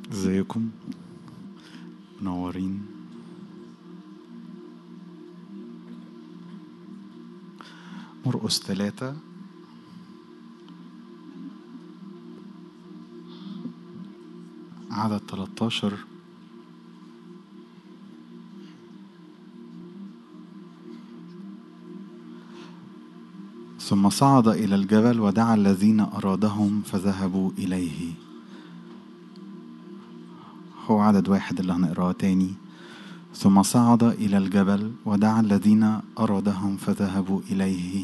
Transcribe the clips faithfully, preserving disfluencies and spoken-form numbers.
ازيكم منورين. مرقس ثلاثة عدد ثلاثة عشر. ثم صعد إلى الجبل ودعا الذين أرادهم فذهبوا إليه. هو عدد واحد اللي هنقراه تاني. ثم صعد إلى الجبل ودعا الذين أرادهم فذهبوا إليه.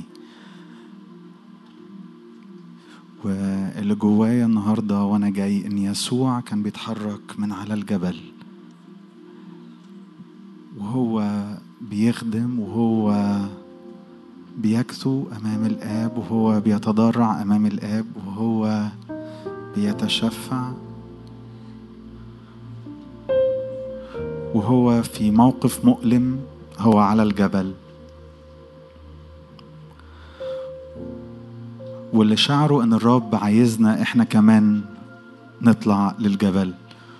واللي جوايا النهاردة وأنا جاي إن يسوع كان بيتحرك من على الجبل، وهو بيخدم، وهو بيكثو أمام الآب، وهو بيتضرع أمام الآب، وهو بيتشفع، وهو في موقف مؤلم هو على الجبل. واللي شعره ان الرب عايزنا احنا كمان نطلع للجبل.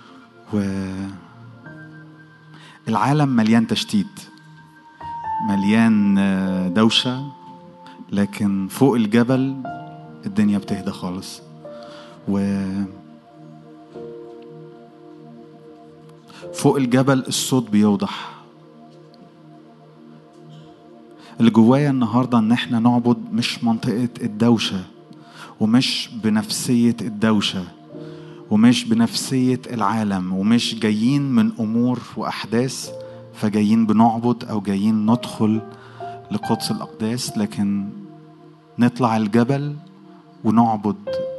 والعالم مليان تشتيت، مليان دوشة، لكن فوق الجبل الدنيا بتهدى خالص. و فوق الجبل الصوت بيوضح. اللي جوايا النهاردة ان احنا نعبد مش منطقة الدوشة، ومش بنفسية الدوشة، ومش بنفسية العالم، ومش جايين من امور واحداث فجايين بنعبد او جايين ندخل لقدس الاقداس، لكن نطلع الجبل ونعبد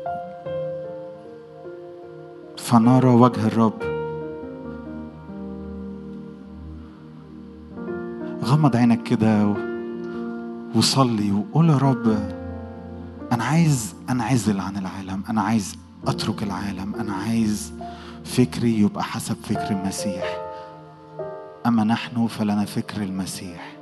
فنرى وجه الرب. غمض عينك كده وصلي وقول يا رب، أنا عايز أنعزل عن العالم، أنا عايز أترك العالم، أنا عايز فكري يبقى حسب فكر المسيح. أما نحن فلنا فكر المسيح.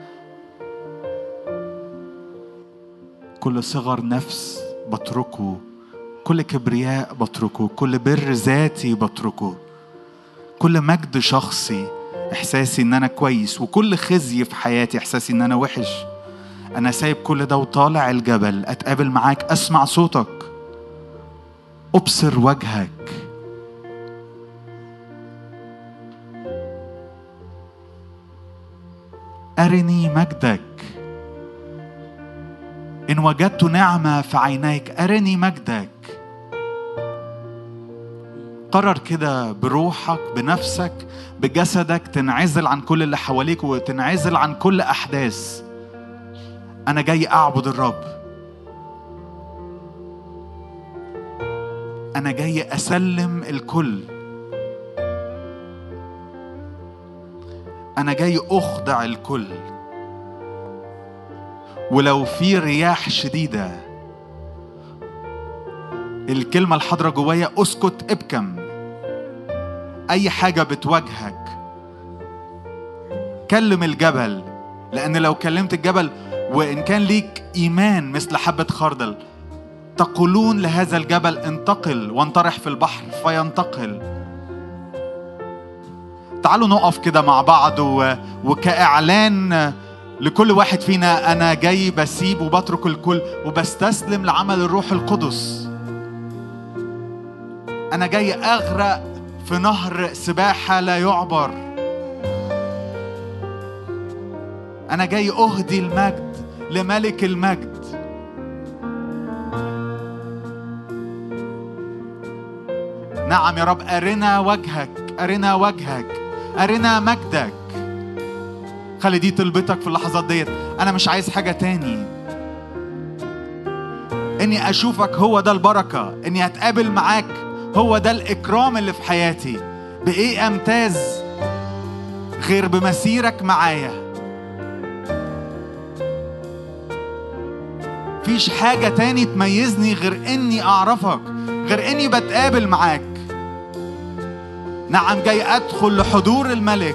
كل صغر نفس بتركه، كل كبرياء بتركه، كل بر ذاتي بتركه، كل مجد شخصي، إحساسي إن أنا كويس، وكل خزي في حياتي إحساسي إن أنا وحش. أنا سايب كل ده وطالع الجبل أتقابل معاك، أسمع صوتك، أبصر وجهك. أرني مجدك. إن وجدت نعمة في عينيك أرني مجدك. قرر كده بروحك، بنفسك، بجسدك، تنعزل عن كل اللي حواليك وتنعزل عن كل أحداث. أنا جاي أعبد الرب، أنا جاي أسلم الكل، أنا جاي أخضع الكل. ولو في رياح شديدة، الكلمة الحاضرة جوايا أسكت، ابكم. أي حاجة بتواجهك كلم الجبل، لأن لو كلمت الجبل وإن كان ليك إيمان مثل حبة خردل، تقولون لهذا الجبل انتقل وانطرح في البحر فينتقل. تعالوا نقف كده مع بعض و... وكإعلان لكل واحد فينا، أنا جاي بسيب وبترك الكل وبستسلم لعمل الروح القدس. أنا جاي أغرق في نهر سباحة لا يعبر. أنا جاي أهدي المجد لملك المجد. نعم يا رب، أرنا وجهك، أرنا وجهك، أرنا مجدك. خلي دي طلبتك في اللحظات ديت. أنا مش عايز حاجة تاني، إني أشوفك هو ده البركة، إني أتقابل معاك هو ده الإكرام اللي في حياتي. بإيه أمتاز غير بمسيرك معايا؟ فيش حاجة تاني تميزني غير إني أعرفك، غير إني بتقابل معاك. نعم، جاي أدخل لحضور الملك.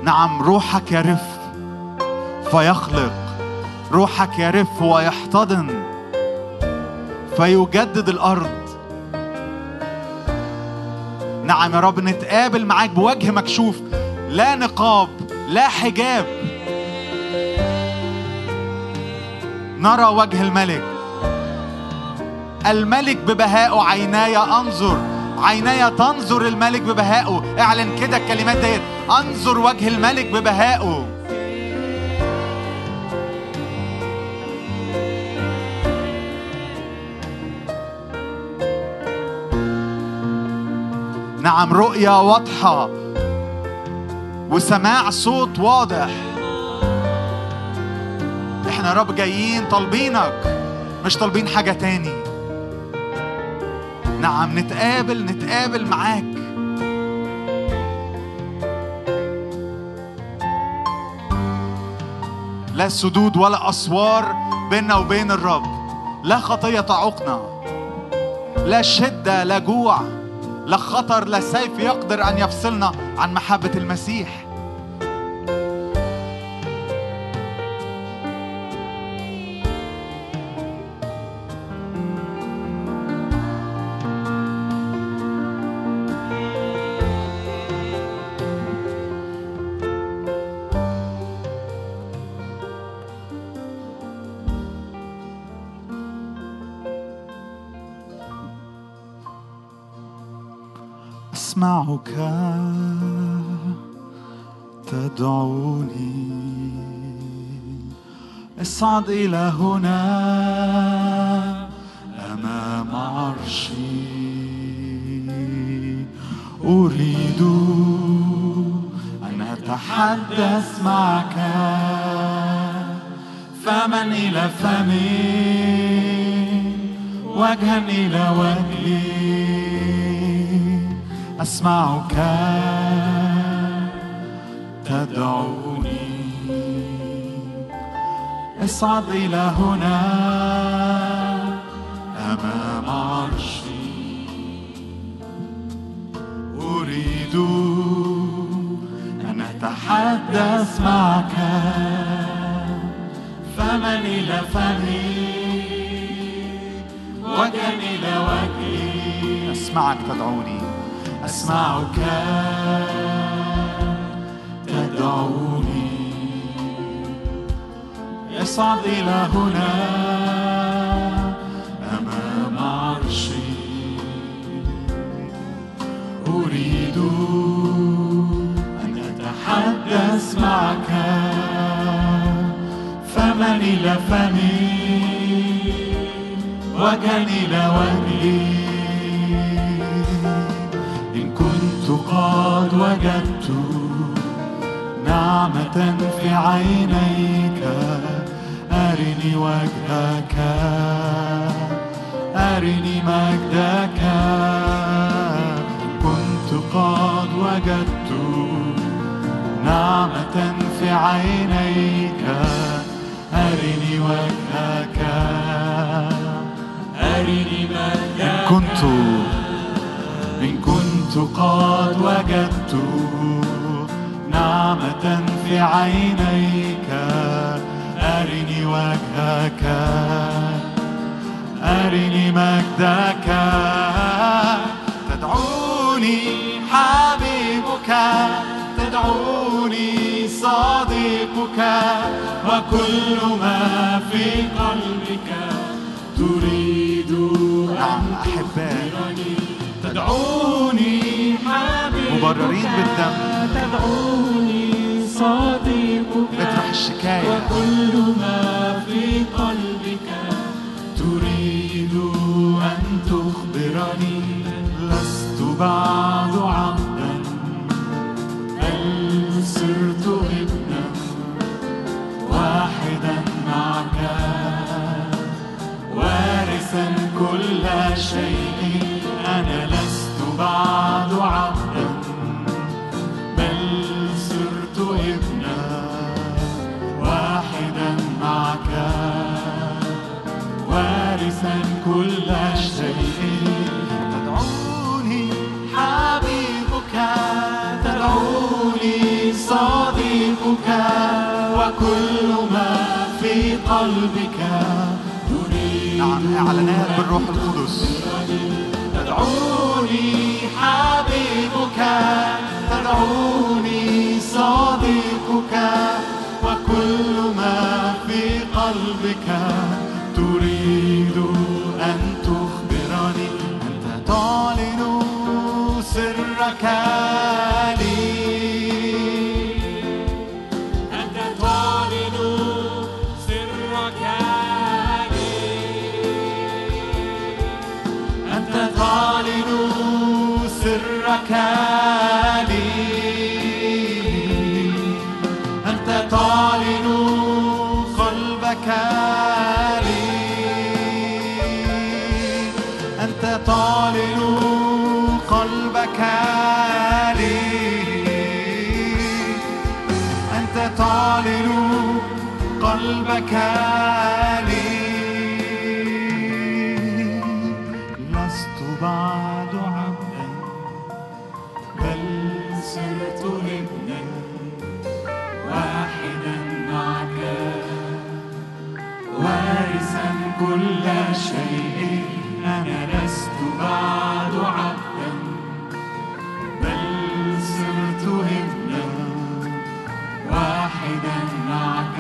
نعم روحك يرف فيخلق، روحك يرف ويحتضن فيجدد الأرض. نعم يا رب نتقابل معاك بوجه مكشوف، لا نقاب لا حجاب، نرى وجه الملك. الملك ببهائه عيناي أنظر، عيناي تنظر الملك ببهائه. اعلن كده الكلمات ديت، أنظر وجه الملك ببهائه. نعم رؤية واضحة وسماع صوت واضح. احنا يا رب جايين طالبينك، مش طالبين حاجة تاني. نعم نتقابل نتقابل معاك. لا سدود ولا أسوار بيننا وبين الرب، لا خطية تعوقنا، لا شدة لا جوع لا خطر لا سيف يقدر أن يفصلنا عن محبة المسيح. أسمعك تدعوني، اصعد إلى هنا أمام عرشي، أريد أن أتحدث معك فما إلى فمي وجها إلى وجهي. أسمعك تدعوني، اصعد إلى هنا أمام عرشي، أريد أن أتحدث معك فمن إلى فمي وجها إلى وجهي. أسمعك تدعوني، أسمعك تدعوني، اصعد إلى هنا أمام عرشي، أريد أن أتحدث معك فمن إلى فمي وجها إلى وجهي. قد وجدت نعمة في عينيك، أرني وجهك، أرني مجدك. كنت قد وجدت نعمة في عينيك، أرني وجهك، أرني مجدك. كنت إن كنت قد وجدت نعمة في عينيك، أرني وجهك، أرني مجدك. تدعوني حبيبك، تدعوني صديقك، وكل ما في قلبك تريد أن تخبرني. تدعوني حبيبك مبررين بالدم، تدعوني صديقك، بتروح الشكاية، وكل ما في قلبك تريد أن تخبرني. لست بعد عبدا بل صرت ابنا واحدا معك، وارثا كل شيء. أنا لست بعد عبدا بل صرت ابنا واحدا معك، وارثا كل شيء. تدعوني حبيبك، وكل ما في قلبك تريد. نعم، إعلانات بالروح القدس. تدعوني حبيبك، تدعوني صديقك، وكل ما في قلبك تريد أن تخبرني. أنت تعلن سرك لي، أنت تعلن سرك لي، أنت تعلن سرك لي، أنت تعلن قلبك لي، أنت تعلن قلبك لي، أنت تعلن قلبك لي. لست بعد عبدا بل صرت ابنا واحدا معك، وارثا كل شيء. أنا لست بعد عبدا بل صرت ابنا واحدا معك،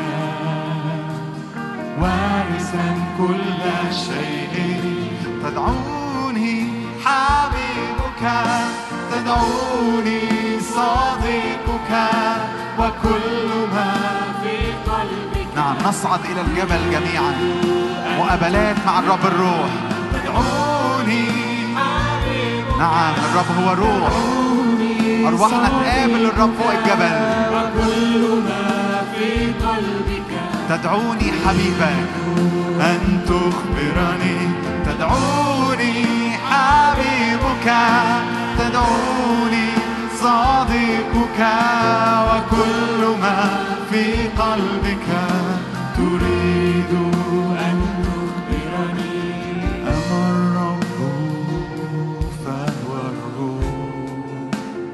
وارثا كل شيء. تدعوني حبيبك، تدعوني صديقك، وكل ما في قلبك. نعم، نصعد إلى الجبل جميعا مقابلات مع الرب الروح. تدعوني حبيبك. نعم، الرب هو روح، أرواحنا تقابل الرب فوق الجبل. وكل ما في قلبك تدعوني حبيبك أن تخبرني. تدعوني حبيبك، تدعوني صديقك، وكل ما في قلبك تريد أن تخبرني. أما الرب فهو الروح،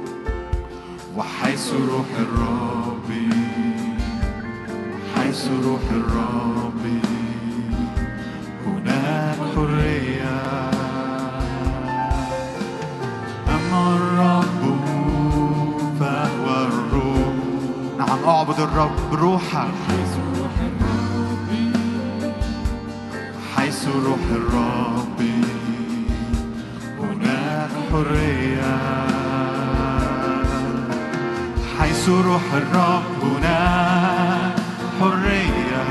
وحيث روح الرب، حيث روح الرب هناك حرية. أما الرب فهو الروح. نعم، أعبد الرب بروحك. حيث روح الرب، حيث روح الرب هناك حرية. حيث روح الرب هناك حرية.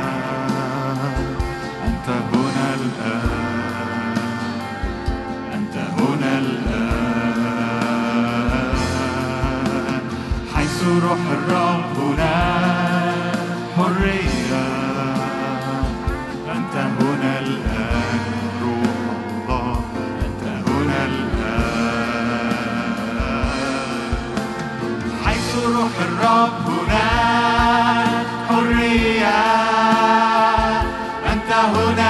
أنت هنا الآن، أنت هنا الآن. حيث روح الرب هناك حرية. أنت هنا الآن روح الله، أنت هنا الآن. حيث روح الرب هناك حرية. أنت هنا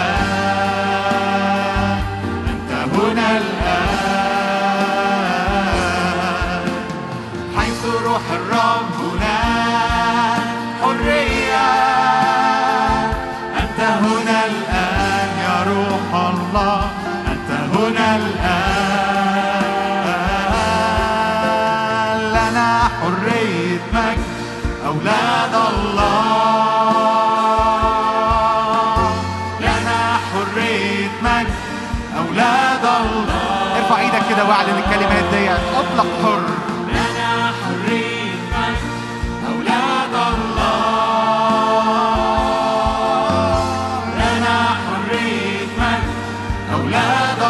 الآن، أنت هنا الآن. حيث روح الرب هناك حرية. أنت هنا الآن يا روح الله، أنت هنا الآن. لنا حرية مجد أولاد الله، لنا حرية مجد أولاد الله. ارفع ايدك كده واعلن الكلمات دي. اطلق حر. لنا حرية مجد أولاد الله، لنا حرية مجد أولاد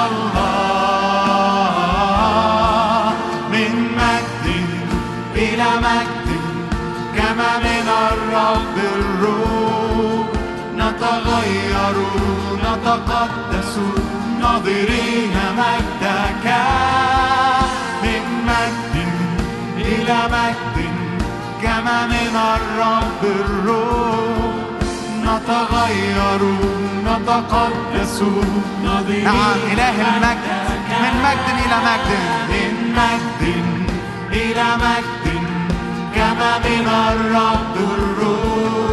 الله. من مجد إلى مجد كما من الرب الروح، نتغير نتقدس ناظرين مجدك. من مجد إلى مجد كما من الرب الروح، نتغير نتقدس ناظرين. نعم، إله المجد، من مجد إلى مجد، من مجد إلى مجد كما من الرب الروح،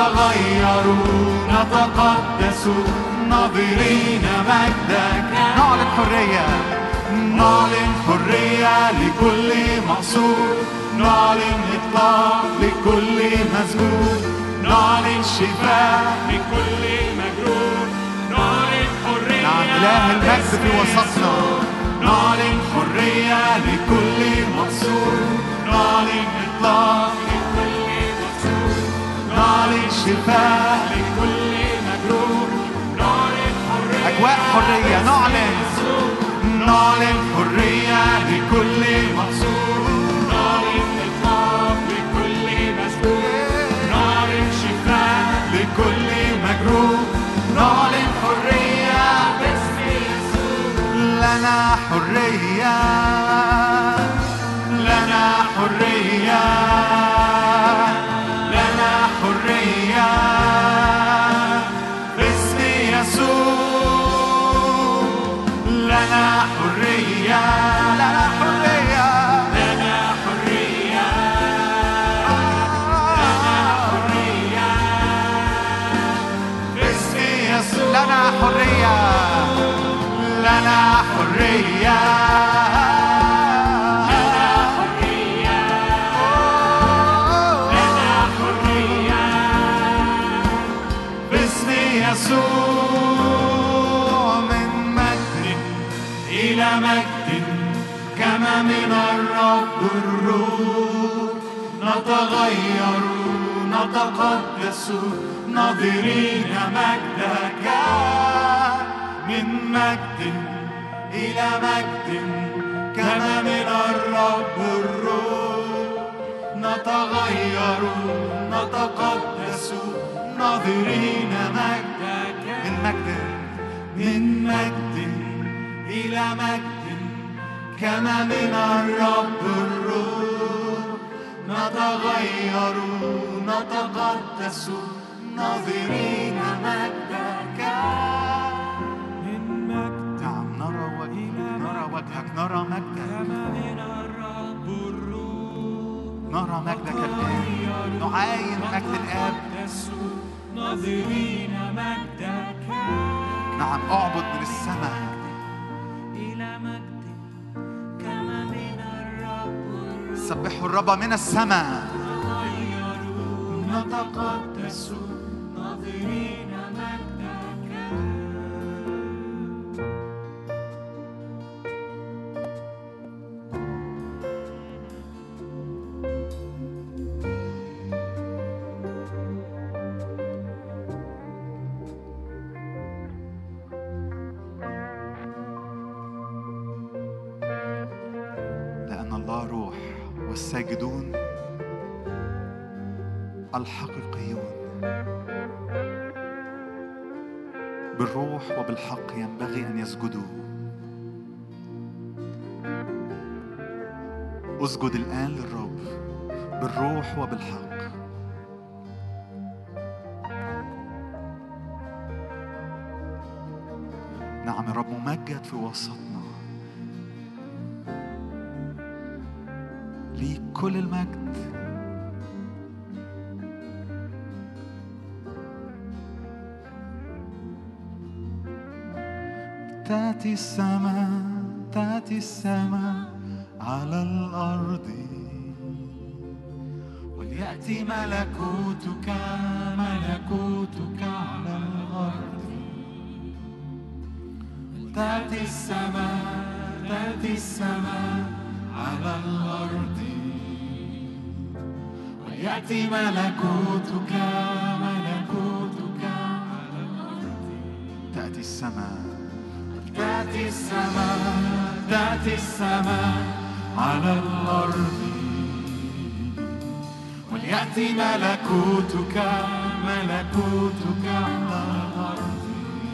نتغير نتقدس ناظرين مجدك. نعلن حرية، نعلن حرية لكل مقصود، نعلن إطلاق لكل مسجون، نعلن شفاء لكل مجروح، نعلن حرية. نعم إله المجد في وسطنا. نعلن حرية لكل مقصود، نعلن إطلاق لكل مسجون، نعلن شفاء لكل مجروح، نعلن حرية. أجواء حرية، نعلن نعلن حرية لكل مقصود، نعلن إطلاق لكل مسجون، نعلن شفاء لكل مجروح، نعلن حرية باسم يسوع. لنا حرية، لنا حرية، لنا حرية باسم يسوع. لنا حرية، لنا حرية، لنا حرية، لنا حرية باسم يسوع. لنا حرية، لنا حرية، لنا حرية، لنا حرية باسم يسوع. من مجد إلى مجد كما من الرب الروح، نتغير نتقدس ناظرين مجدك. من مجد إلى مجد كما من الرب الروح، نتغير نتقدس ناظرين مجدك. من مجد من مجد إلى مجد كما من الرب الروح، نتغير نتقدس ناظرين مجدك. من مجد، نعم نرى وجهك، نرى وجهك، نرى مجدك، كما من الرب الروح، نرى مجدك الآن، نعاين مجد الآب. ناظرين مجدك. نعم أعبد من السماء. إلى مجد كما من الرب، سبحوا الرب من السماء. نتقدس ناظرين مجدك. لأن الله روح، والساجدون الحقيقيون بالروح وبالحق ينبغي أن يسجدوا. اسجد الآن للرب بالروح وبالحق. نعم الرب ممجد في وسطنا، ليك كل المجد. تأتي السماء، تأتي السماء على الأرض، وليأتي ملكوتك، ملكوتك على الأرض. تأتي السماء، تأتي السماء على الأرض، وليأتي ملكوتك، ملكوتك على الأرض. تأتي السماء، تأتي السماء، تأتي السماء على الأرض، وليأتي ملكوتك، ملكوتك على الأرض.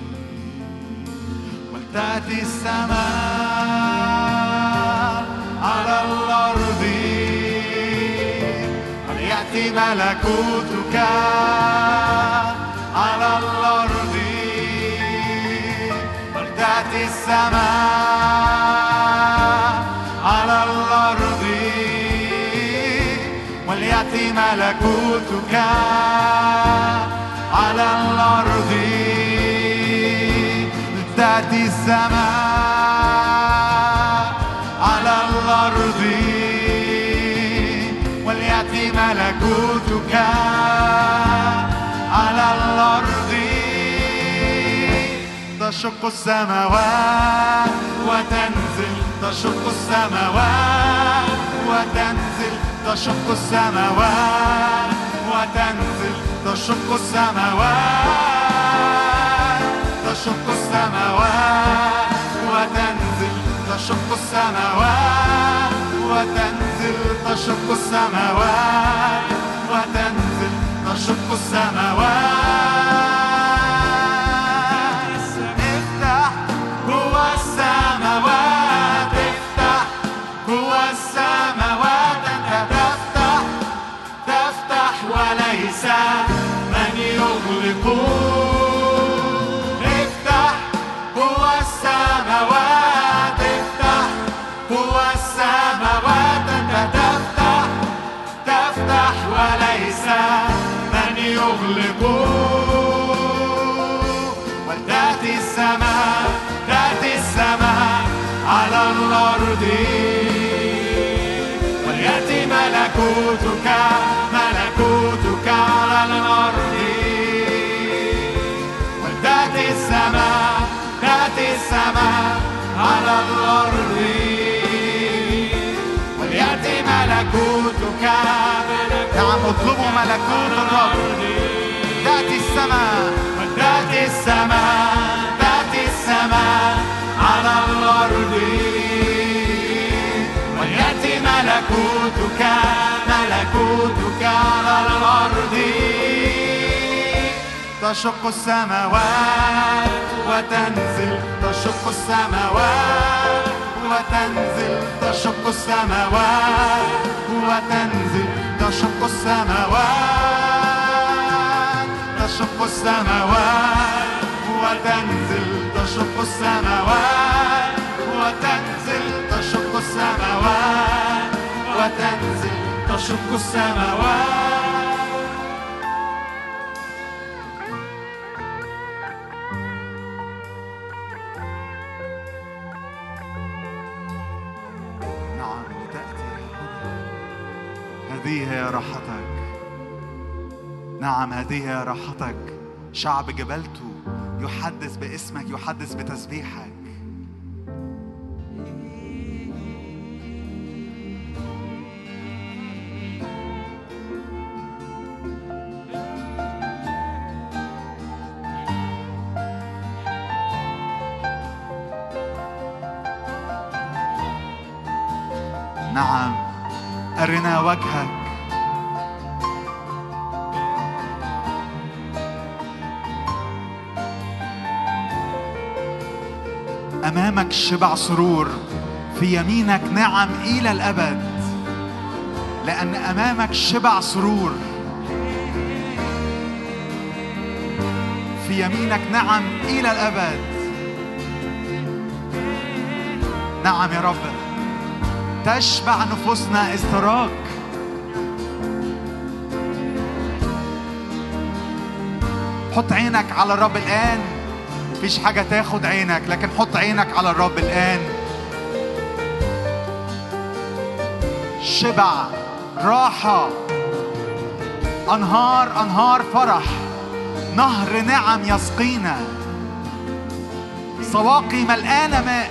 ولتأتي السماء على الأرض، وليأتي ملكوتك على الأرض. تأتي السماء على الأرض، وليأتي ملكوتك على الأرض. تأتي السماء على الأرض، وليأتي ملكوتك على الأرض. تشق السماوات وتنزل، تشق السماوات وتنزل، تشق السماوات وتنزل، تشق السماوات، تشق السماوات وتنزل، تشق السماوات وتنزل، تشق السماوات وتنزل، تشق السماوات. افتح جوا السماوات، افتح جوا السماوات، انت تفتح تفتح وليس من يغلق. افتح جوا السماوات، افتح جوا السماوات، انت تفتح تفتح وليس من يغلق. ولتأتي السماء، تأتي السماء على الأرض، وليأتي ملكوتك، ملكوتك على الأرض. ولتأتي السماء، تأتي السماء على الأرض، وليأتي ملكوتك. نعم، اطلبوا ملكوت الرب. تأتي السماء، تأتي السماء، تأتي السماء على الأرض، وليأتي ملكوتك، ملكوتك على الأرض. تشق السماوات وتنزل، تشق السماوات وتنزل، تشق السماوات وتنزل، تشق السماوات، تشق السماوات وتنزل، تشق السماوات وتنزل، تشق السماوات وتنزل، تشق السماوات. نعم، لتأتي هذه هي راحتك. نعم، هذه هي راحتك. شعب جبلته يحدث باسمك، يحدث بتسبيحك. نعم، أرنا وجهك. أمامك شبع سرور، في يمينك نعم إلى الأبد، لأن أمامك شبع سرور، في يمينك نعم إلى الأبد. نعم يا رب، تشبع نفوسنا استراك. حط عينك على الرب الآن. مفيش حاجة تاخد عينك، لكن حط عينك على الرب الآن. شبع، راحة، أنهار أنهار فرح، نهر نعم يسقينا، سواقي ملآنة ماء.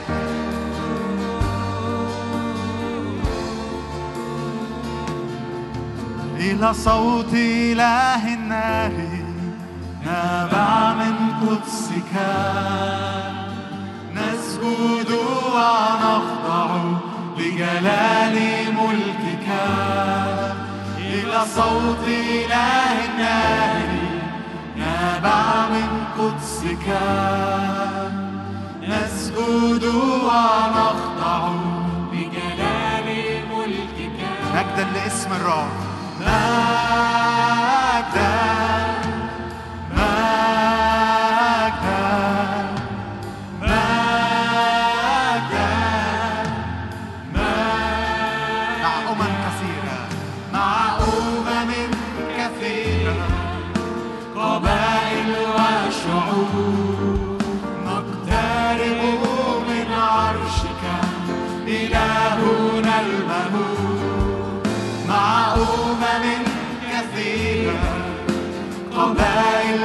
إلى صوت إله النار نابع من قدسك، نسجد ونخضع لجلال ملكك. إلى صوت إله النار نابع من قدسك، نسجد ونخضع لجلال ملكك. مجدا لاسم الرب. مجدا مجدا مجدا مع أمم كثيرة، مع أمم قبائل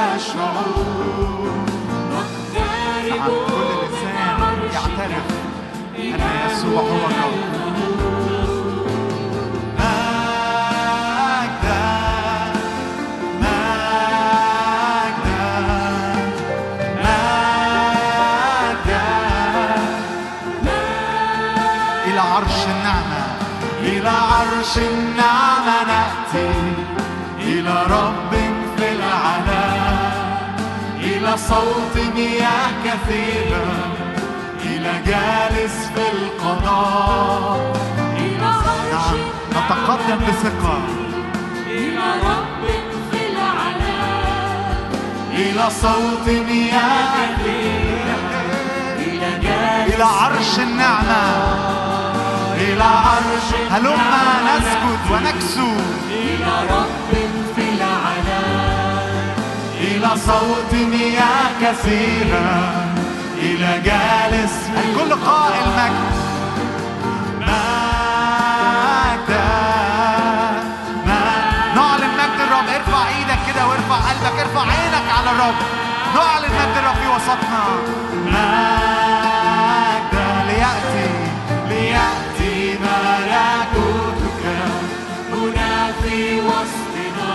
وشعوب نعم كل لسان يعترف أن يسوع هو الرب. إلى عرش النعمة نأتي، إلى رب في العلا، إلى صوت مياه كثيرة، إلى جالس في القضاء، إلى عرش نتقدم بثقة، إلى رب في العلا، إلى صوت مياه كثيرة، إلى جالس إلى عرش النعمة، إلى عرش هلما نسجد ونكسو، إلى رب في العلا، إلى صوت مياه كثيرة، إلى جالس الكل قائل مجد مجدا. نعلن مجد الرب. ارفع ايدك كده وارفع قلبك، ارفع عينك على الرب. نعلن مجد الرب في وسطنا. مجدا ليأتي ليأتي ملكوتك هنا في وسطنا،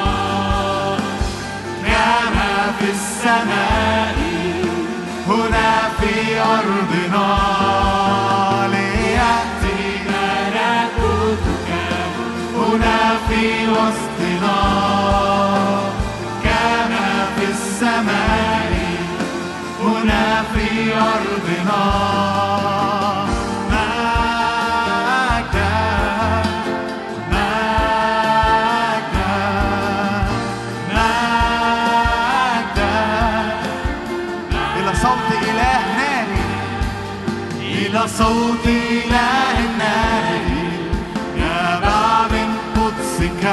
كما في السماء هنا في أرضنا. ليأتي ملكوتك هنا في وسطنا، كما في السماء هنا في أرضنا. إلى صوت إله الناري يابع من قدسك،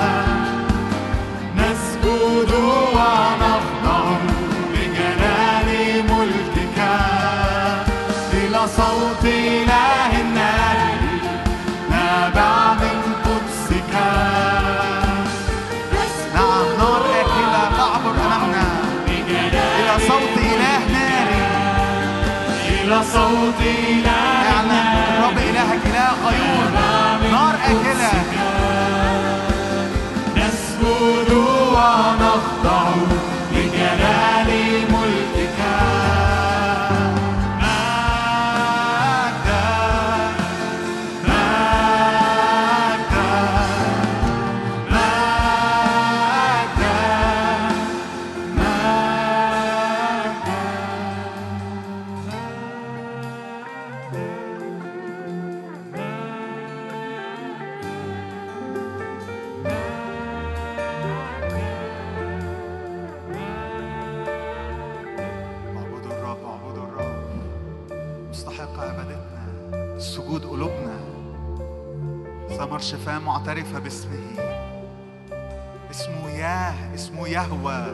نسجد ونخضع بجلال ملكك. إلى صوت إله الناري يابع من قدسك. نعم نار آكلة تعبر أمامنا. إلى صوت إله ناري، إلى صوت إله الرب إلهك إله غيور، نار آكلة. نسجد ونخضع لجلال ملكك. مجدا مجدا سجود قلوبنا، ثمر شفاء معترفة باسمه. اسمه ياه، اسمه يهوى.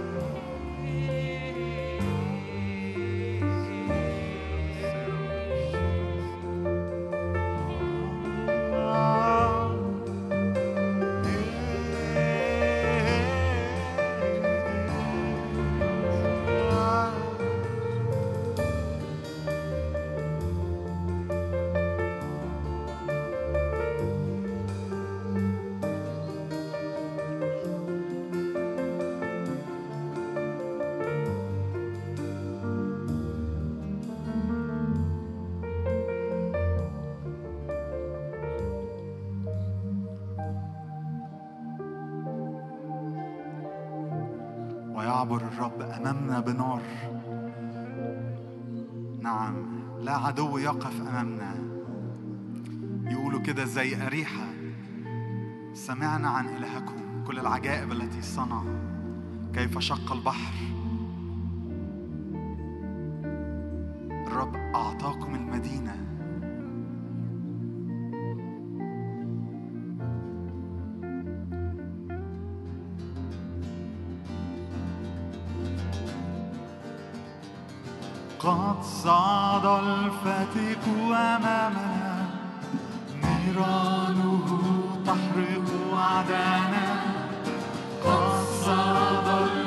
ويعبر الرب أمامنا بنار. نعم، لا عدو يقف أمامنا. يقولوا كده زي أريحة: سمعنا عن إلهكم كل العجائب التي صنع، كيف شق البحر. الرب أعطاكم المدينة. قد صعد الفتيك أمامنا، نيرانه تحرق أعداءنا. قد صعد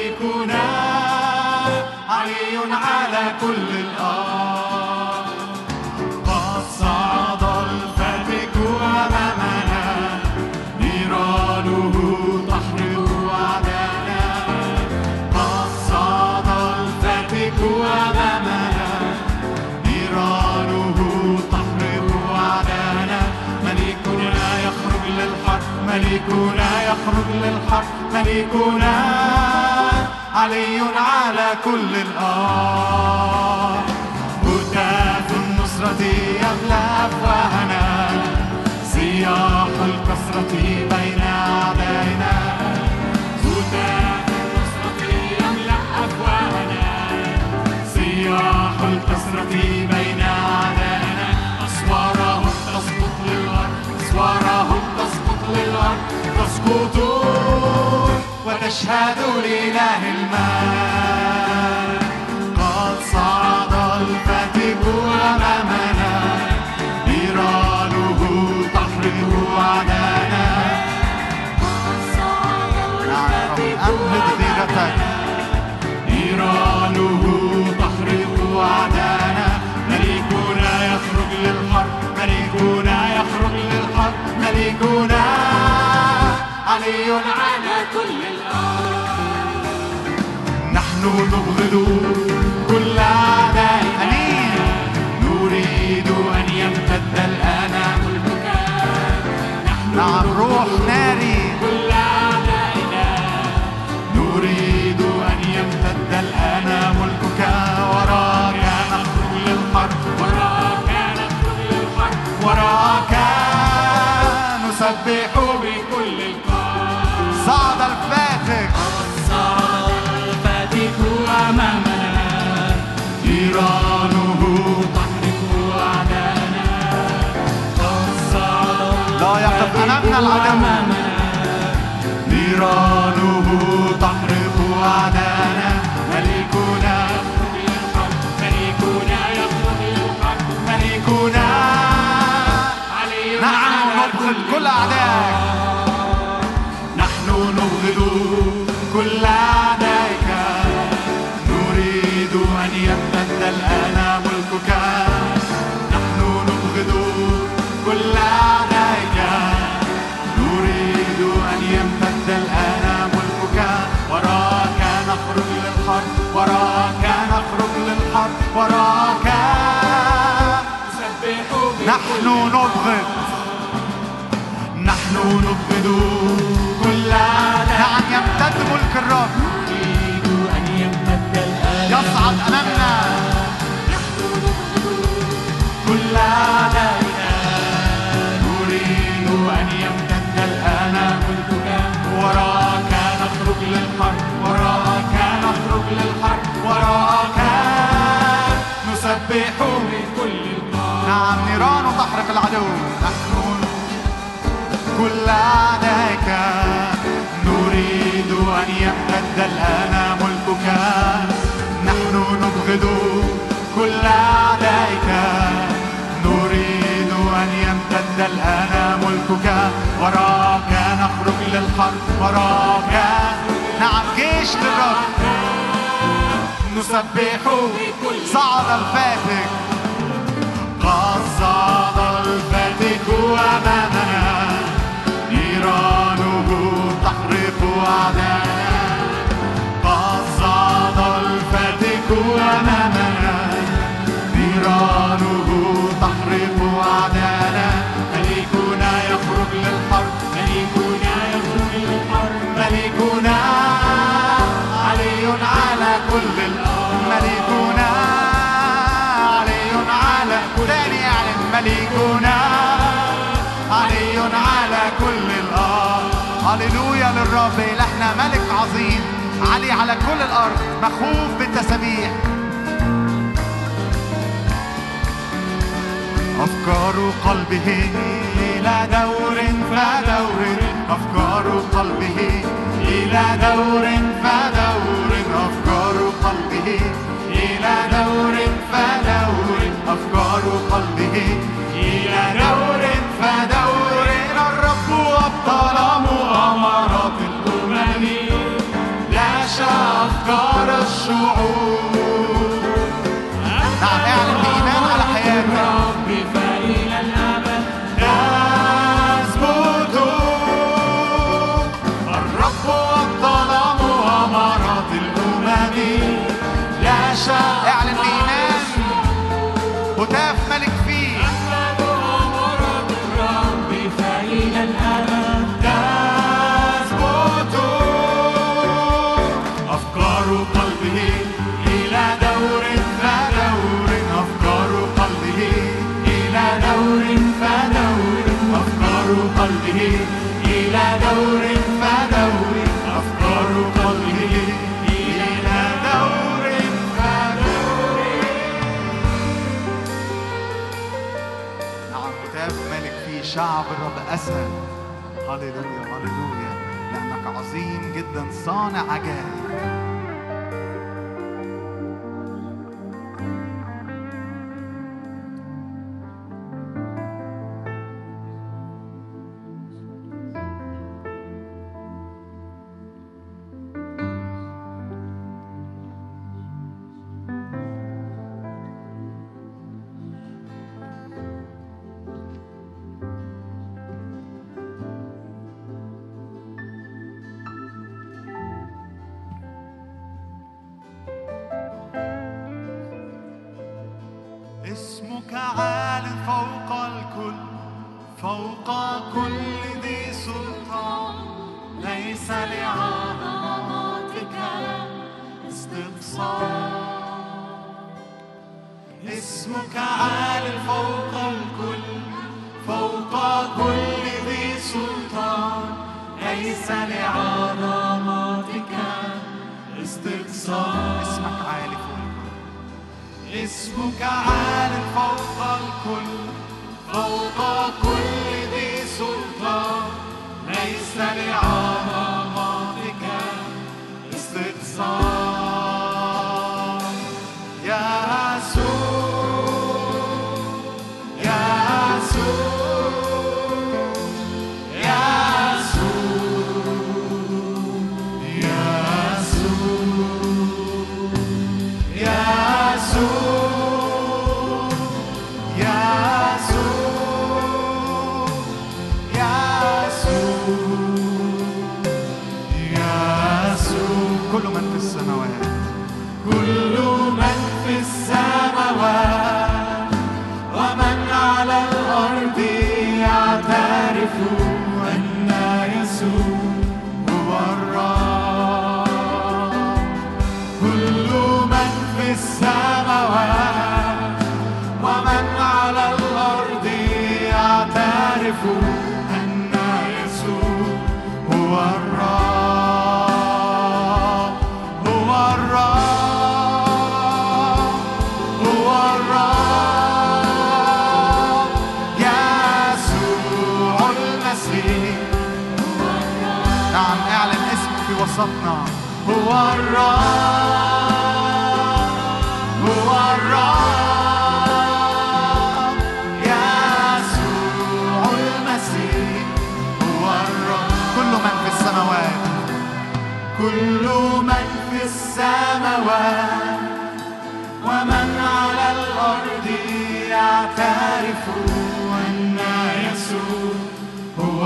ملكنا علي على كل الأرض. قد صعد الفاتك أمامنا نيرانه تحرق أعداءنا. قد صعد الفاتك أمامنا نيرانه تحرق أعداءنا. ملكنا يخرج للحرب ملكنا يخرج للحرب ملكنا علي على كل الأرض. هتاف النصرة يملأ أفواهنا صياح الكسرة بين أعدائنا. هتاف النصرة يملأ أفواهنا صياح الكسرة بين أعدائنا. أسوارهم تسقط للأرض أسوارهم تسقط للأرض تسقط وتشهد لإله الماء. قد صعد الفاتك أمامنا نيرانه تحرق أعداءنا. أمهد غيرتك نيرانه تحرق أعداءنا. ملكنا يخرج للحرب ملكنا يخرج للحرب ملكنا علي على كل الأرض. نحن نبغض كل أعدائنا نريد أن يمتد الآن ملكك. نعم روح ناري كل أعدائنا نريد أن يمتد الآن ملكك. وراك نخرج للحرب وراك نخرج للحرب وراك نسبح بكل القلب. صعد الفاتك صعد الفاتك أمامنا نيرانه تحرق أعداءنا. قد صعد لا يقف أمامنا العدو نيرانه تحرق أعداءنا. ملكنا يخرج للحرب ملكنا يخرج للحرب ملكنا علي نحن على نبغض كل أعدائك نحن نبغض كل أعدائك نريد أن يمتد الآن ملكك. نحن نبغض كل أعدائك نريد أن يمتد الآن ملكك. وراك نخرج للحرب وراك نخرج للحرب وراك نسبح نحن نبغض نحن نبغض كل أعدائك. نعم يمتد ملك الرب نريد أن يمتد الآن يصعد أمامنا. نحن نبغض كل أعدائنا نريد أن يمتد الآن ملكك. وراك نخرج للحرب وراك نخرج للحرب وراك نسبح بكل القلب. نعم نيران تحرق العدو. نحن كل أعدائك نريد أن يمتد الآن ملكك. نحن نبغض كل أعدائك نريد أن يمتد الآن ملكك. وراك نخرج للحرب وراك نعم جيش للرب. نسبح بكل صعد الفاتك قد صعد الفاتك أمامنا نيرانه تحرق أعداءنا. قد صعد الفاتك أمامنا نيرانه تحرق أعداءنا. ملكنا يخرج للحرب ملكنا يخرج للحرب ملكنا علي على كل الأرض. ملكنا علي على تاني يعلن ملكنا علي على كل الأرض. هللويا للرب إلهنا ملك عظيم علي على كل الأرض مخوف بالتسبيح. أفكار قلبه إلى دور فدور أفكار قلبه إلى دور فدور أفكار قلبه إلى دور فدور أفكار قلبه إلى دور فدور. الرب أبطل مؤامرات الأمم لا يشاء أفكار الشعوب. نعم اعلن بإيمان على حياتك. فإلى الأبد نثبت. الرب والظلام ومرض الأمم لا شاء. اعلن بإيمان هتاف ملك فيه. مرض الرب فإلى الأبد تثبت. أفكار قلبه إلى دور فدور. أفكار قلبه إلى دور فدور. أفكار قلبه إلى دور فدور. أفكار قلبه إلى دور فدور. نعم هتاف ملك فيه. شعب الرب أسد. هللويا هللويا، لأنك عظيم جدا صانع عجائب. اسمك عال فوق الكل، فوق كل ذي سلطان. ليس لعظمتك استقصاء. اسمك عال فوق الكل، فوق كل ذي سلطان. ليس لعظمتك استقصاء. اسمك عالي فوق. اسمك عال فوق الكل، فوق كل ذي سلطان. ليس لعظمتك استقصاء. يا يسوع يا يسوع يا يسوع يا يسوع يا كل من في السماوات، كل من في السماوات ومن على الأرض يعترف أن يسوع هو الرب. كل من في السماوات ومن على الأرض يعترف أن يسوع هو الرب. نعم اعلن اسمه في وسطنا. هو الرب هو الرب يسوع المسيح هو الرب. كل من في السماوات، كل من في السماوات ومن على الأرض يعترف أن يسوع هو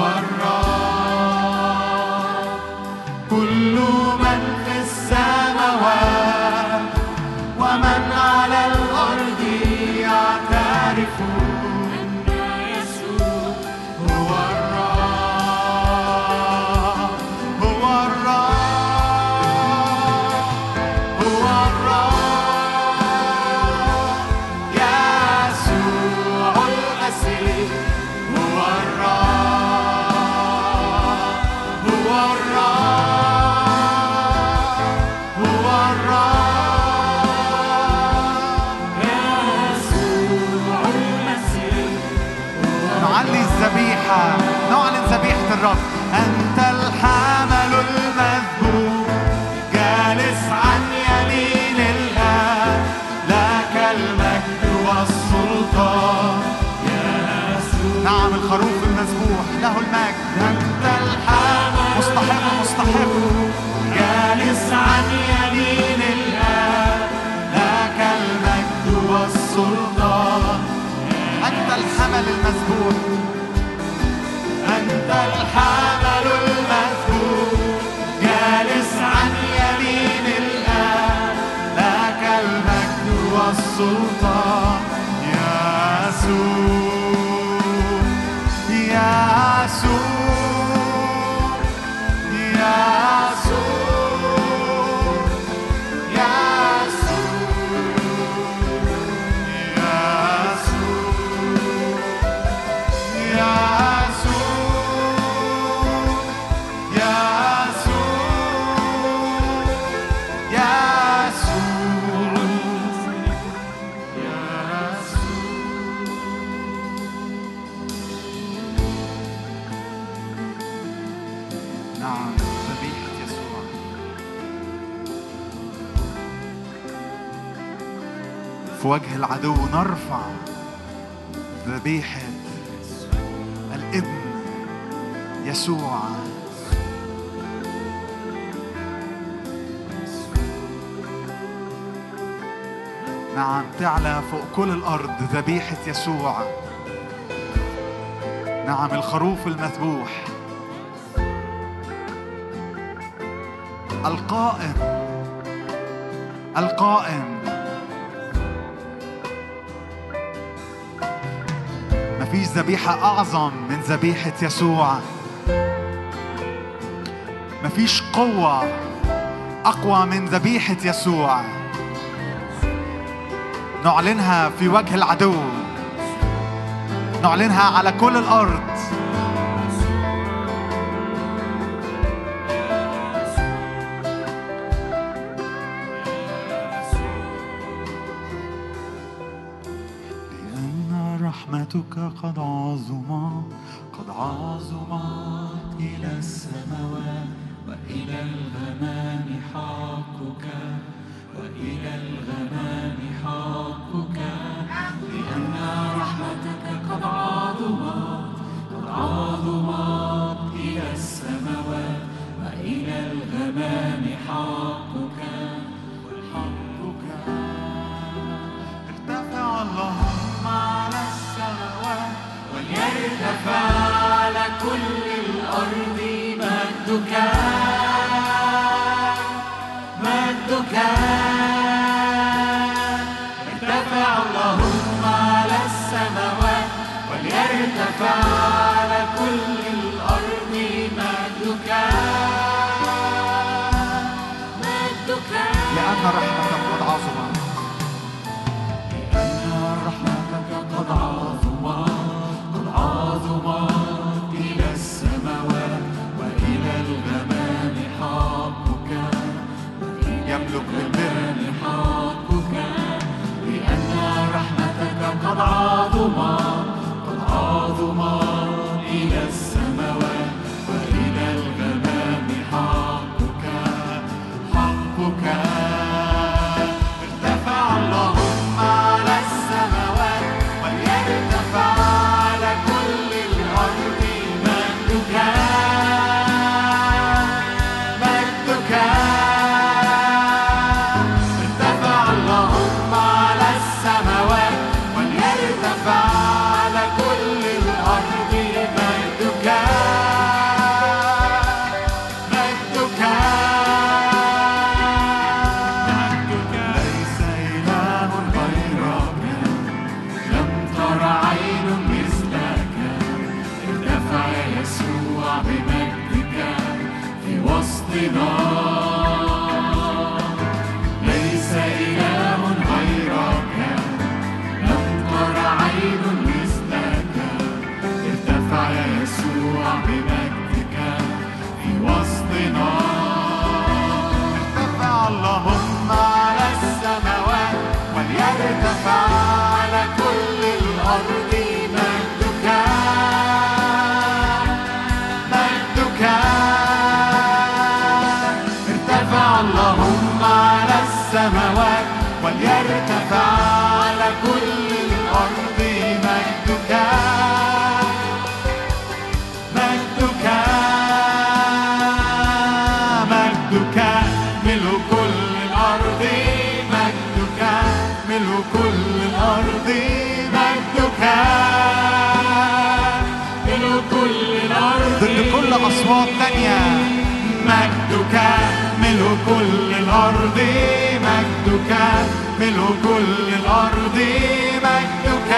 الرب. كل من في السماوات ومن على الأرض يعترف أن يسوع هو الرب. هو الرب هو الرب يسوع المسيح هو الرب. هو الرب هو الرب يسوع المسيح. نعلي الذبيحة، نعلن ذبيحة الرب. أنت الحمل المذبوح جالس عن يمين الآب، لك المجد والسلطان يا يسوع. نعم الخروف المذبوح له المجد. أنت الحمل مستحق مستحق جالس عن والسلطان. أنت الحمل المذبوح، أنت الحمل المذبوح جالس عن يمين الآب، لك المجد والسلطان يا يسوع يا يسوع يا يسوع يا في وجه العدو نرفع ذبيحة الابن يسوع. نعم، تعلى فوق كل الأرض ذبيحة يسوع. نعم، الخروف المذبوح القائم القائم. مفيش ذبيحة أعظم من ذبيحة يسوع. مفيش قوة أقوى من ذبيحة يسوع. نعلنها في وجه العدو، نعلنها على كل الأرض. رحمتك قد عظمت قد عظمت إلى السماوات، وإلى الغمام حقك، وإلى الغمام حقك. لأن رحمتك قد عظمت قد عظمت إلى السماوات، وإلى الغمام حقك حقك. ارتفع اللهم على السماوات، وليرتفع على كل الأرض مجدك مجدك. ارتفع اللهم على السماوات، وليرتفع على كل الأرض مجدك مجدك. لأن رحمتك قد عظمت لأن رحمتك قد عظمت قد عظمت إلى السماوات، وإلى الغمام حقك، يملك بالبر حقك. لأن رحمتك قد عظمت قد عظمت إلى السماوات، وإلى الغمام حقك حقك. ارتفع اللهم على السماوات، وليرتفع على كل الأرض مجدك مجدك. ارتفع اللهم على السماوات، وليرتفع على كل الأرض مجدك مجدك مجدك. ليس إله غيرك، لم تر عين مثلك. ارتفع يسوع بمجدك في وسطنا. ليس إله غيرك، لم تر عين مثلك. ارتفع يسوع بمجدك في وسطنا. ارتفع اللهم على السماوات، وليرتفع على كل الأرض مجدك مجدك. ارتفع اللهم على السماوات، وليرتفع على كل الأرض مجدك مجدك مجدك. ملء كل الأرض مجدك، ملء كل الأرض الأرض مجدك ملء كل الأرض. ضد كل أصوات تانية. مجدك ملء كل الأرض مجدك ملء كل الأرض مجدك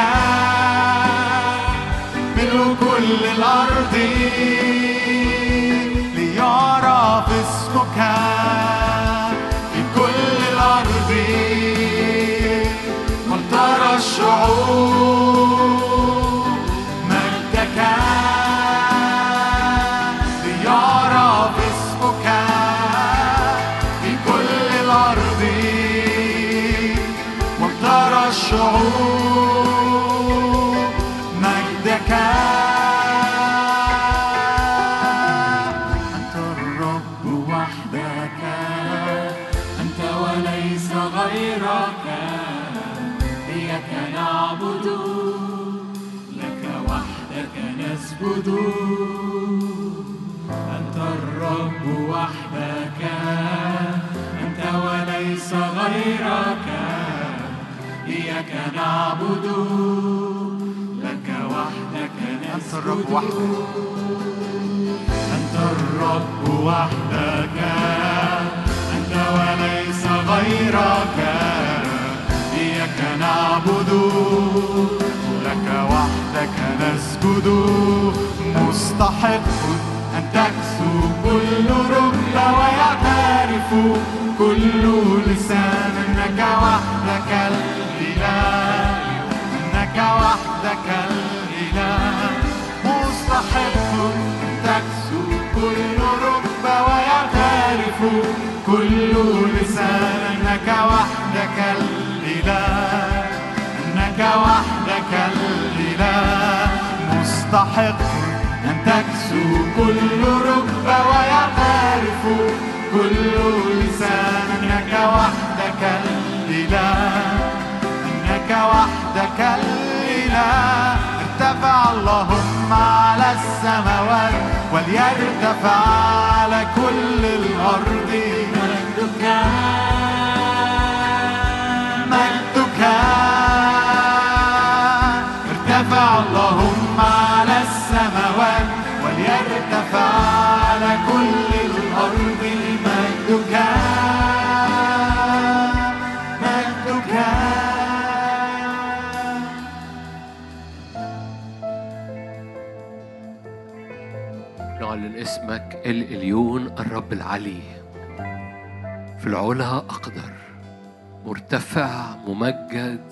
ملء كل الأرض ليعرف اسمك في كل الأرض ولترى الشعوب مجدك ليعرف اسمك في كل الأرض ولترى الشعوب مجدك. أنت الرب وحدك أنت وليس غيرك إياك نعبد لك وحدك نسجد. أنت الرب وحدك أنت وليس غيرك إياك نعبد لك وحدك أنت الرب وحدك. أنت الرب وحدك أنت وليس غيرك إياك نعبد لك وحدك نسجد. مستحق أن تكسو كل ركبة ويعترف كل لسان أنك وحدك الإله أنك وحدك الإله. مستحق أن تكسو كل ركبة ويعترف كل لسان أنك وحدك الإله أنك وحدك الإله. مستحق أن تكسو كل ركبة ويعترف كل لسان أنك وحدك الإله أنك وحدك الإله. ارتفع اللهم على السماوات وليرتفع على كل الأرض مجدك مجدك. ارتفع اللهم على السماوات وليرتفع على كل الأرض مجدك مجدك. نعلن اسمك الإليون الرب العلي في العلا أقدر مرتفع ممجد.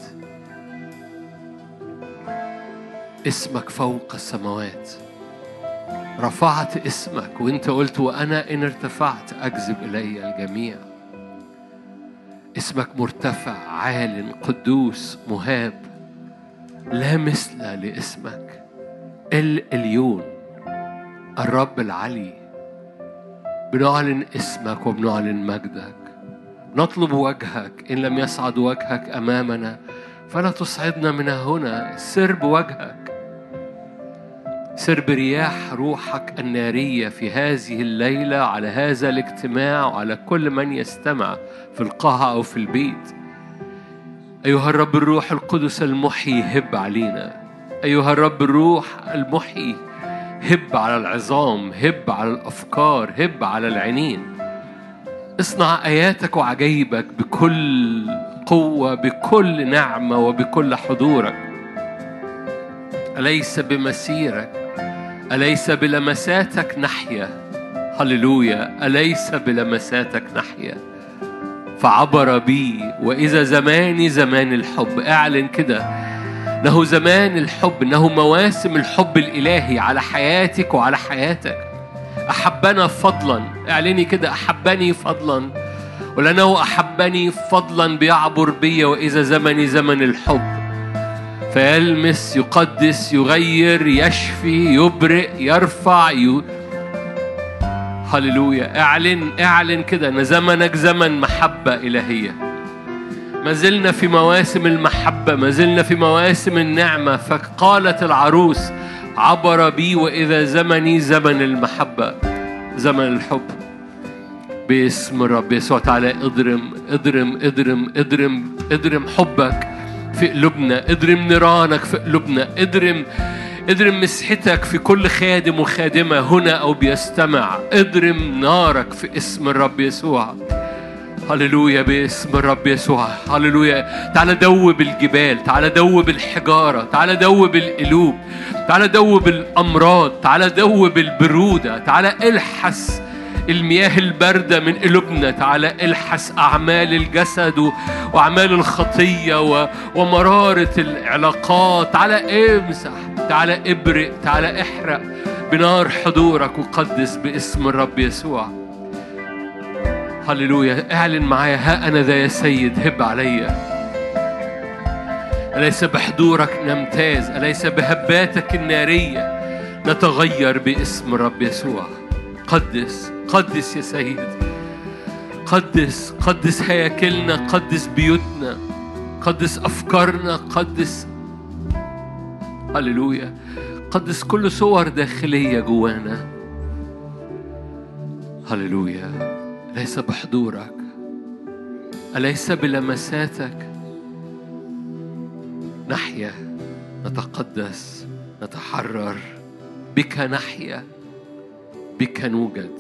اسمك فوق السماوات. رفعت اسمك وانت قلت وأنا إن ارتفعت أجذب إلي الجميع. اسمك مرتفع عال قدوس مهاب لا مثل لاسمك الإليون الرب العلي. بنعلن اسمك وبنعلن مجدك. نطلب وجهك إن لم يصعد وجهك أمامنا فلا تصعدنا من هنا. سر بوجهك سر برياح روحك النارية في هذه الليلة على هذا الاجتماع وعلى كل من يستمع في القاعة أو في البيت. أيها الرب الروح القدس المحيي هب علينا. أيها الرب الروح المحيي هب على العظام هب على الأفكار هب على العينين. اصنع آياتك وعجائبك بكل قوة بكل نعمة وبكل حضورك. أليس بمسيرك أليس بلمساتك نحيا. هللويا. أليس بلمساتك نحيا. فعبر بي وإذا زماني زمان الحب. اعلن كده إنه زمان الحب إنه مواسم الحب الإلهي على حياتك وعلى حياتك. أحبنا فضلا. اعلني كده أحبني فضلا ولأنه أحبني فضلا بيعبر بي وإذا زمني زمن الحب. فيلمس يقدس يغير يشفي يبرئ يرفع ي... هللويا. اعلن اعلن كده ان زمنك زمن محبة إلهية. ما زلنا في مواسم المحبة ما زلنا في مواسم النعمة. فقالت العروس عبر بي وإذا زمني زمن المحبة زمن الحب. باسم الرب يسوع تعالى اضرم اضرم اضرم اضرم اضرم حبك في قلوبنا، اضرم نيرانك في قلوبنا، اضرم اضرم مسحتك في كل خادم وخادمة هنا أو بيستمع. اضرم نارك في اسم الرب يسوع. هللويا، باسم الرب يسوع. هللويا. تعال دوب الجبال، تعال دوب الحجارة، تعال دوب القلوب، تعال دوب الأمراض، تعال دوب البرودة، تعال الحس المياه الباردة من قلوبنا، تعال الحس أعمال الجسد وأعمال الخطية ومرارة العلاقات. تعال امسح، تعال ابرق، تعال احرق بنار حضورك وقدس باسم الرب يسوع. هللويا. اعلن معايا: ها أنا ذا يا سيد، هب عليا. أليس بحضورك نمتاز، أليس بهباتك النارية نتغير باسم الرب يسوع. قدس قدس يا سيد، قدس قدس هياكلنا، قدس بيوتنا، قدس أفكارنا، قدس هللويا، قدس كل صور داخلية جوانا. هللويا. أليس بحضورك، أليس بلمساتك نحيا، نتقدس، نتحرر، بك نحيا، بك نوجد.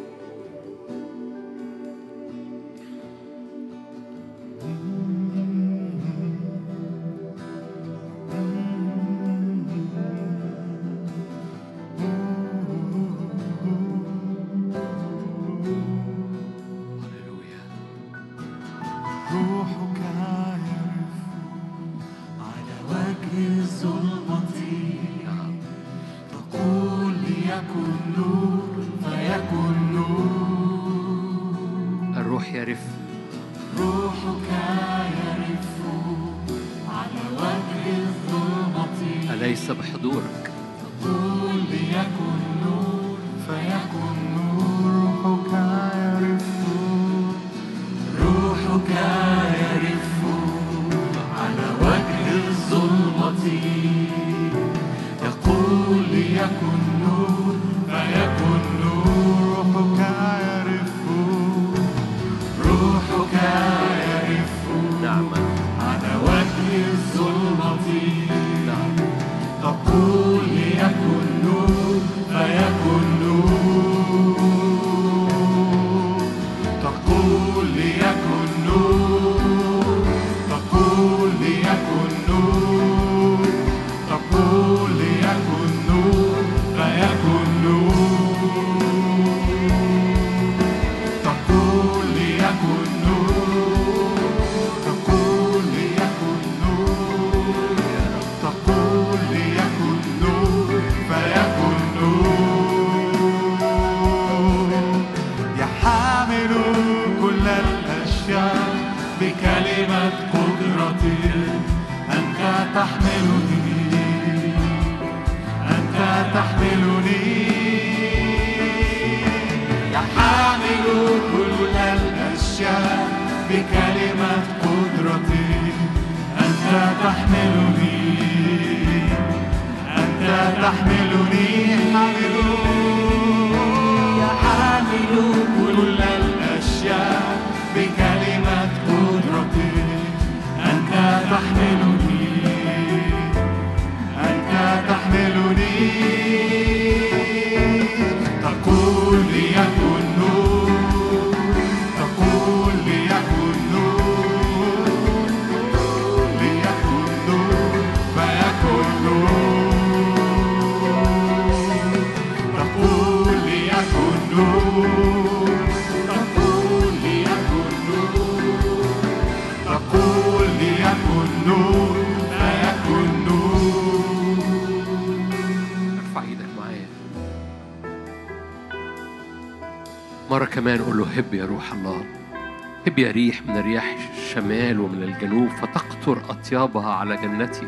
كمان قول له: هب يا روح الله، هب يا ريح من رياح الشمال ومن الجنوب فتقطر أطيابها على جنتي.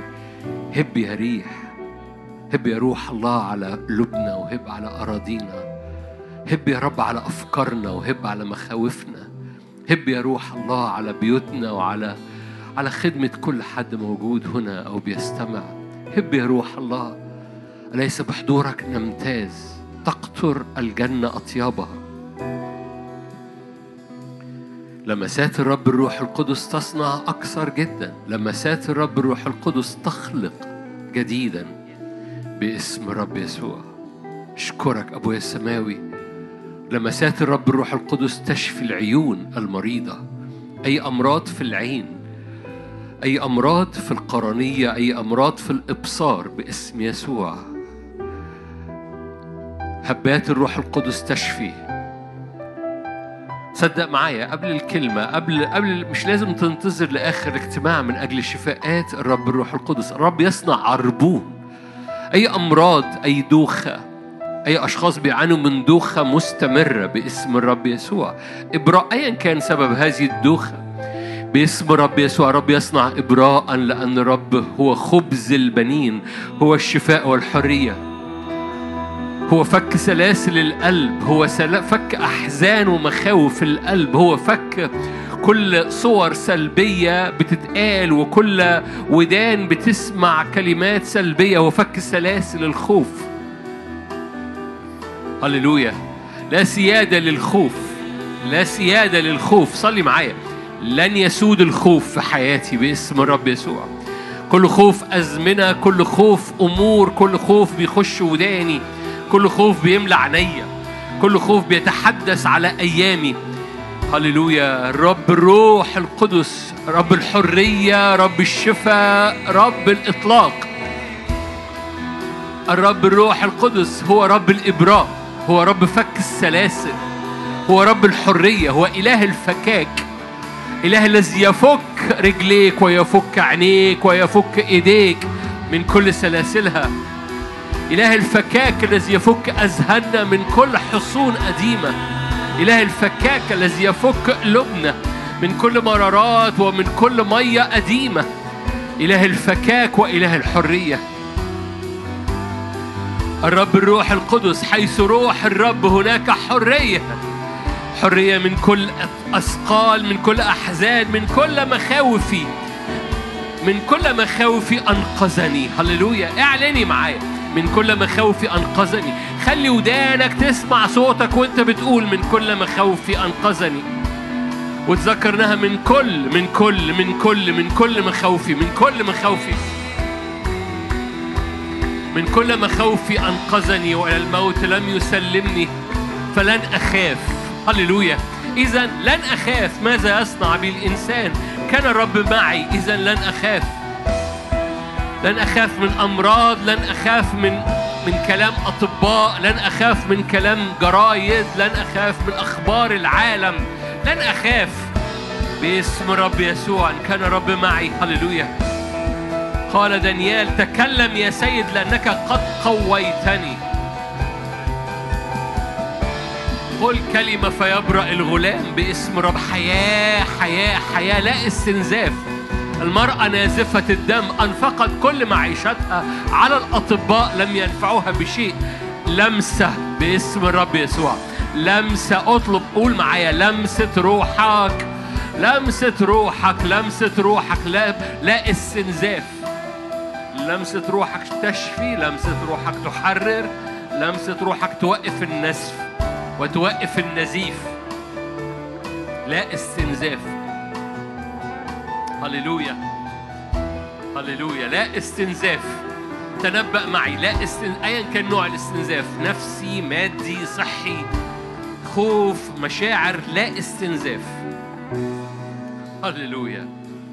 هب يا ريح، هب يا روح الله على قلوبنا، وهب على أراضينا، هب يا رب على أفكارنا، وهب على مخاوفنا. هب يا روح الله على بيوتنا وعلى على خدمة كل حد موجود هنا أو بيستمع. هب يا روح الله. أليس بحضورك نمتاز، تقطر الجنة أطيابها. لمسات الرب الروح القدس تصنع أكثر جدا. لمسات الرب الروح القدس تخلق جديدا باسم الرب يسوع. أشكرك أبويا السماوي. لمسات الرب الروح القدس تشفي العيون المريضة، أي أمراض في العين، أي أمراض في القرنية، أي أمراض في الإبصار باسم يسوع. هبات الروح القدس تشفي. صدق معايا قبل الكلمة، قبل قبل مش لازم تنتظر لآخر اجتماع من أجل شفاءات الرب الروح القدس. الرب يصنع عربون. أي أمراض، أي دوخة، أي أشخاص بيعانوا من دوخة مستمرة باسم الرب يسوع، إبراء أيا كان سبب هذه الدوخة باسم الرب يسوع. رب يصنع إبراء، لأن الرب هو خبز البنين، هو الشفاء والحرية، هو فك سلاسل القلب، هو فك أحزان ومخاوف القلب، هو فك كل صور سلبية بتتقال وكل ودان بتسمع كلمات سلبية، هو فك سلاسل الخوف. هللويا. لا سيادة للخوف، لا سيادة للخوف. صلي معايا. لن يسود الخوف في حياتي باسم الرب يسوع. كل خوف أزمنة، كل خوف أمور، كل خوف بيخش وداني، كل خوف بيملى عينيا، كل خوف بيتحدث على أيامي. هللويا. رب الروح القدس، رب الحرية، رب الشفاء، رب الإطلاق. الرب الروح القدس هو رب الإبراء، هو رب فك السلاسل، هو رب الحرية، هو إله الفكاك، إله الذي يفك رجليك ويفك عينيك ويفك إيديك من كل سلاسلها. إله الفكاك الذي يفك أذهاننا من كل حصون قديمة. إله الفكاك الذي يفك قلوبنا من كل مرارات ومن كل مية قديمة. إله الفكاك وإله الحرية. الرب الروح القدس، حيث روح الرب هناك حرية. حرية من كل أثقال، من كل أحزان، من كل مخاوفي، من كل مخاوفي أنقذني. هللويا. اعلني معايا. من كل مخاوفي أنقذني. خلي ودانك تسمع صوتك وانت بتقول من كل مخاوفي أنقذني، وتذكرناها من كل من كل من كل من كل مخاوفي، من كل مخاوفي، من كل مخاوفي أنقذني، وإلى الموت لم يسلمني، فلن أخاف. هللويا. إذن لن أخاف. ماذا يصنع بي الإنسان؟ كان الرب معي، إذن لن أخاف. لن أخاف من أمراض، لن أخاف من من كلام أطباء، لن أخاف من كلام جرايد، لن أخاف من أخبار العالم، لن أخاف باسم رب يسوع. إن كان رب معي. هللويا. قال دانيال: تكلم يا سيد لأنك قد قويتني. قل كلمة فيبرأ الغلام باسم رب. حياة حياة حياة، لا استنزاف. المرأة نازفة الدم أنفقت كل معيشتها على الأطباء، لم ينفعوها بشيء. لمسة باسم الرب يسوع. لمسة. أطلب، قول معايا: لمسة روحك، لمسة روحك، لمسة روحك. لا لا استنزاف. لمسة روحك تشفي، لمسة روحك تحرر، لمسة روحك توقف النزف وتوقف النزيف. لا استنزاف. هللويا. هللويا. لا استنزاف. تنبأ معي. لا استن... أيا كان نوع الاستنزاف، نفسي، مادي، صحي، خوف، مشاعر، لا استنزاف. هللويا.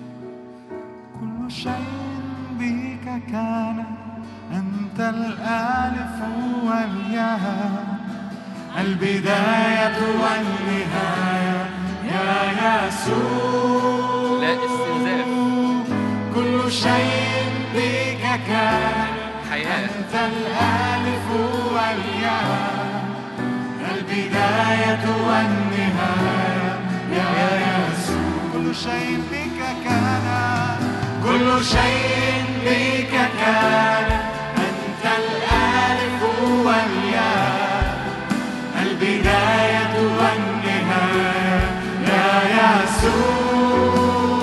كل شيء بك كان، أنت الألف والياء، البداية والنهاية يا يسوع. لا استنزاف. كل شيء بك كان، حياة. أنت الألف والياء، البداية والنهاية يا يسوع. كل شيء بك كان، كل شيء بك كان، أنت الألف والياء، البداية والنهاية يا يسوع.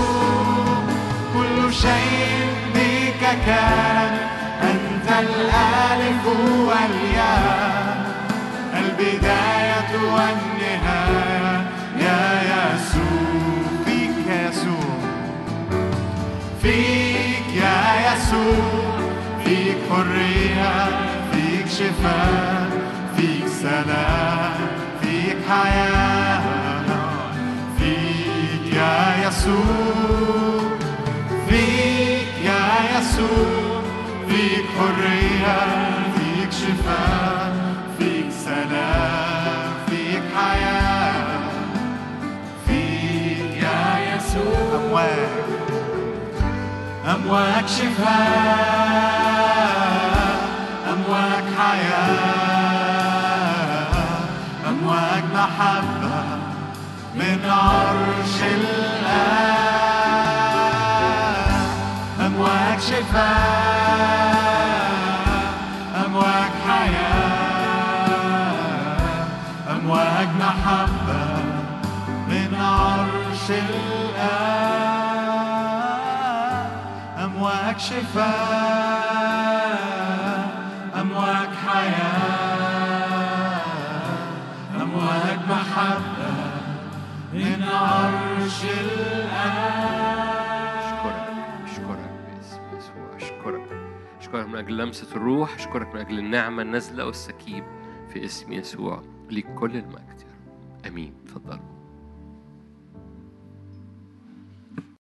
كل شيء بك كان، أنت الألف والياء، البداية والنهاية يا يسوع. فيك يا يسوع، فيك حرية، فيك شفاء، فيك سلام، فيك حياة. فيك يا يسوع، فيك يا يسوع، فيك حرية، فيك شفاء، فيك سلام، فيك حياة. فيك يا يسوع أمواج أمواج شفاء، أمواج حياة، أمواج محبة من عرش الآب. أمواج شفاء، أمواج حياة، أمواج محبة من عرش الآب. أمواج شفاء، أمواج حياة، أمواج محبة من عرش الآب. أشكرك أشكرك باسم يسوع. أشكرك أشكرك من أجل لمسة الروح. أشكرك من أجل النعمة النازلة والسكيب في اسم يسوع. ليك كل المجد. آمين. تفضلوا.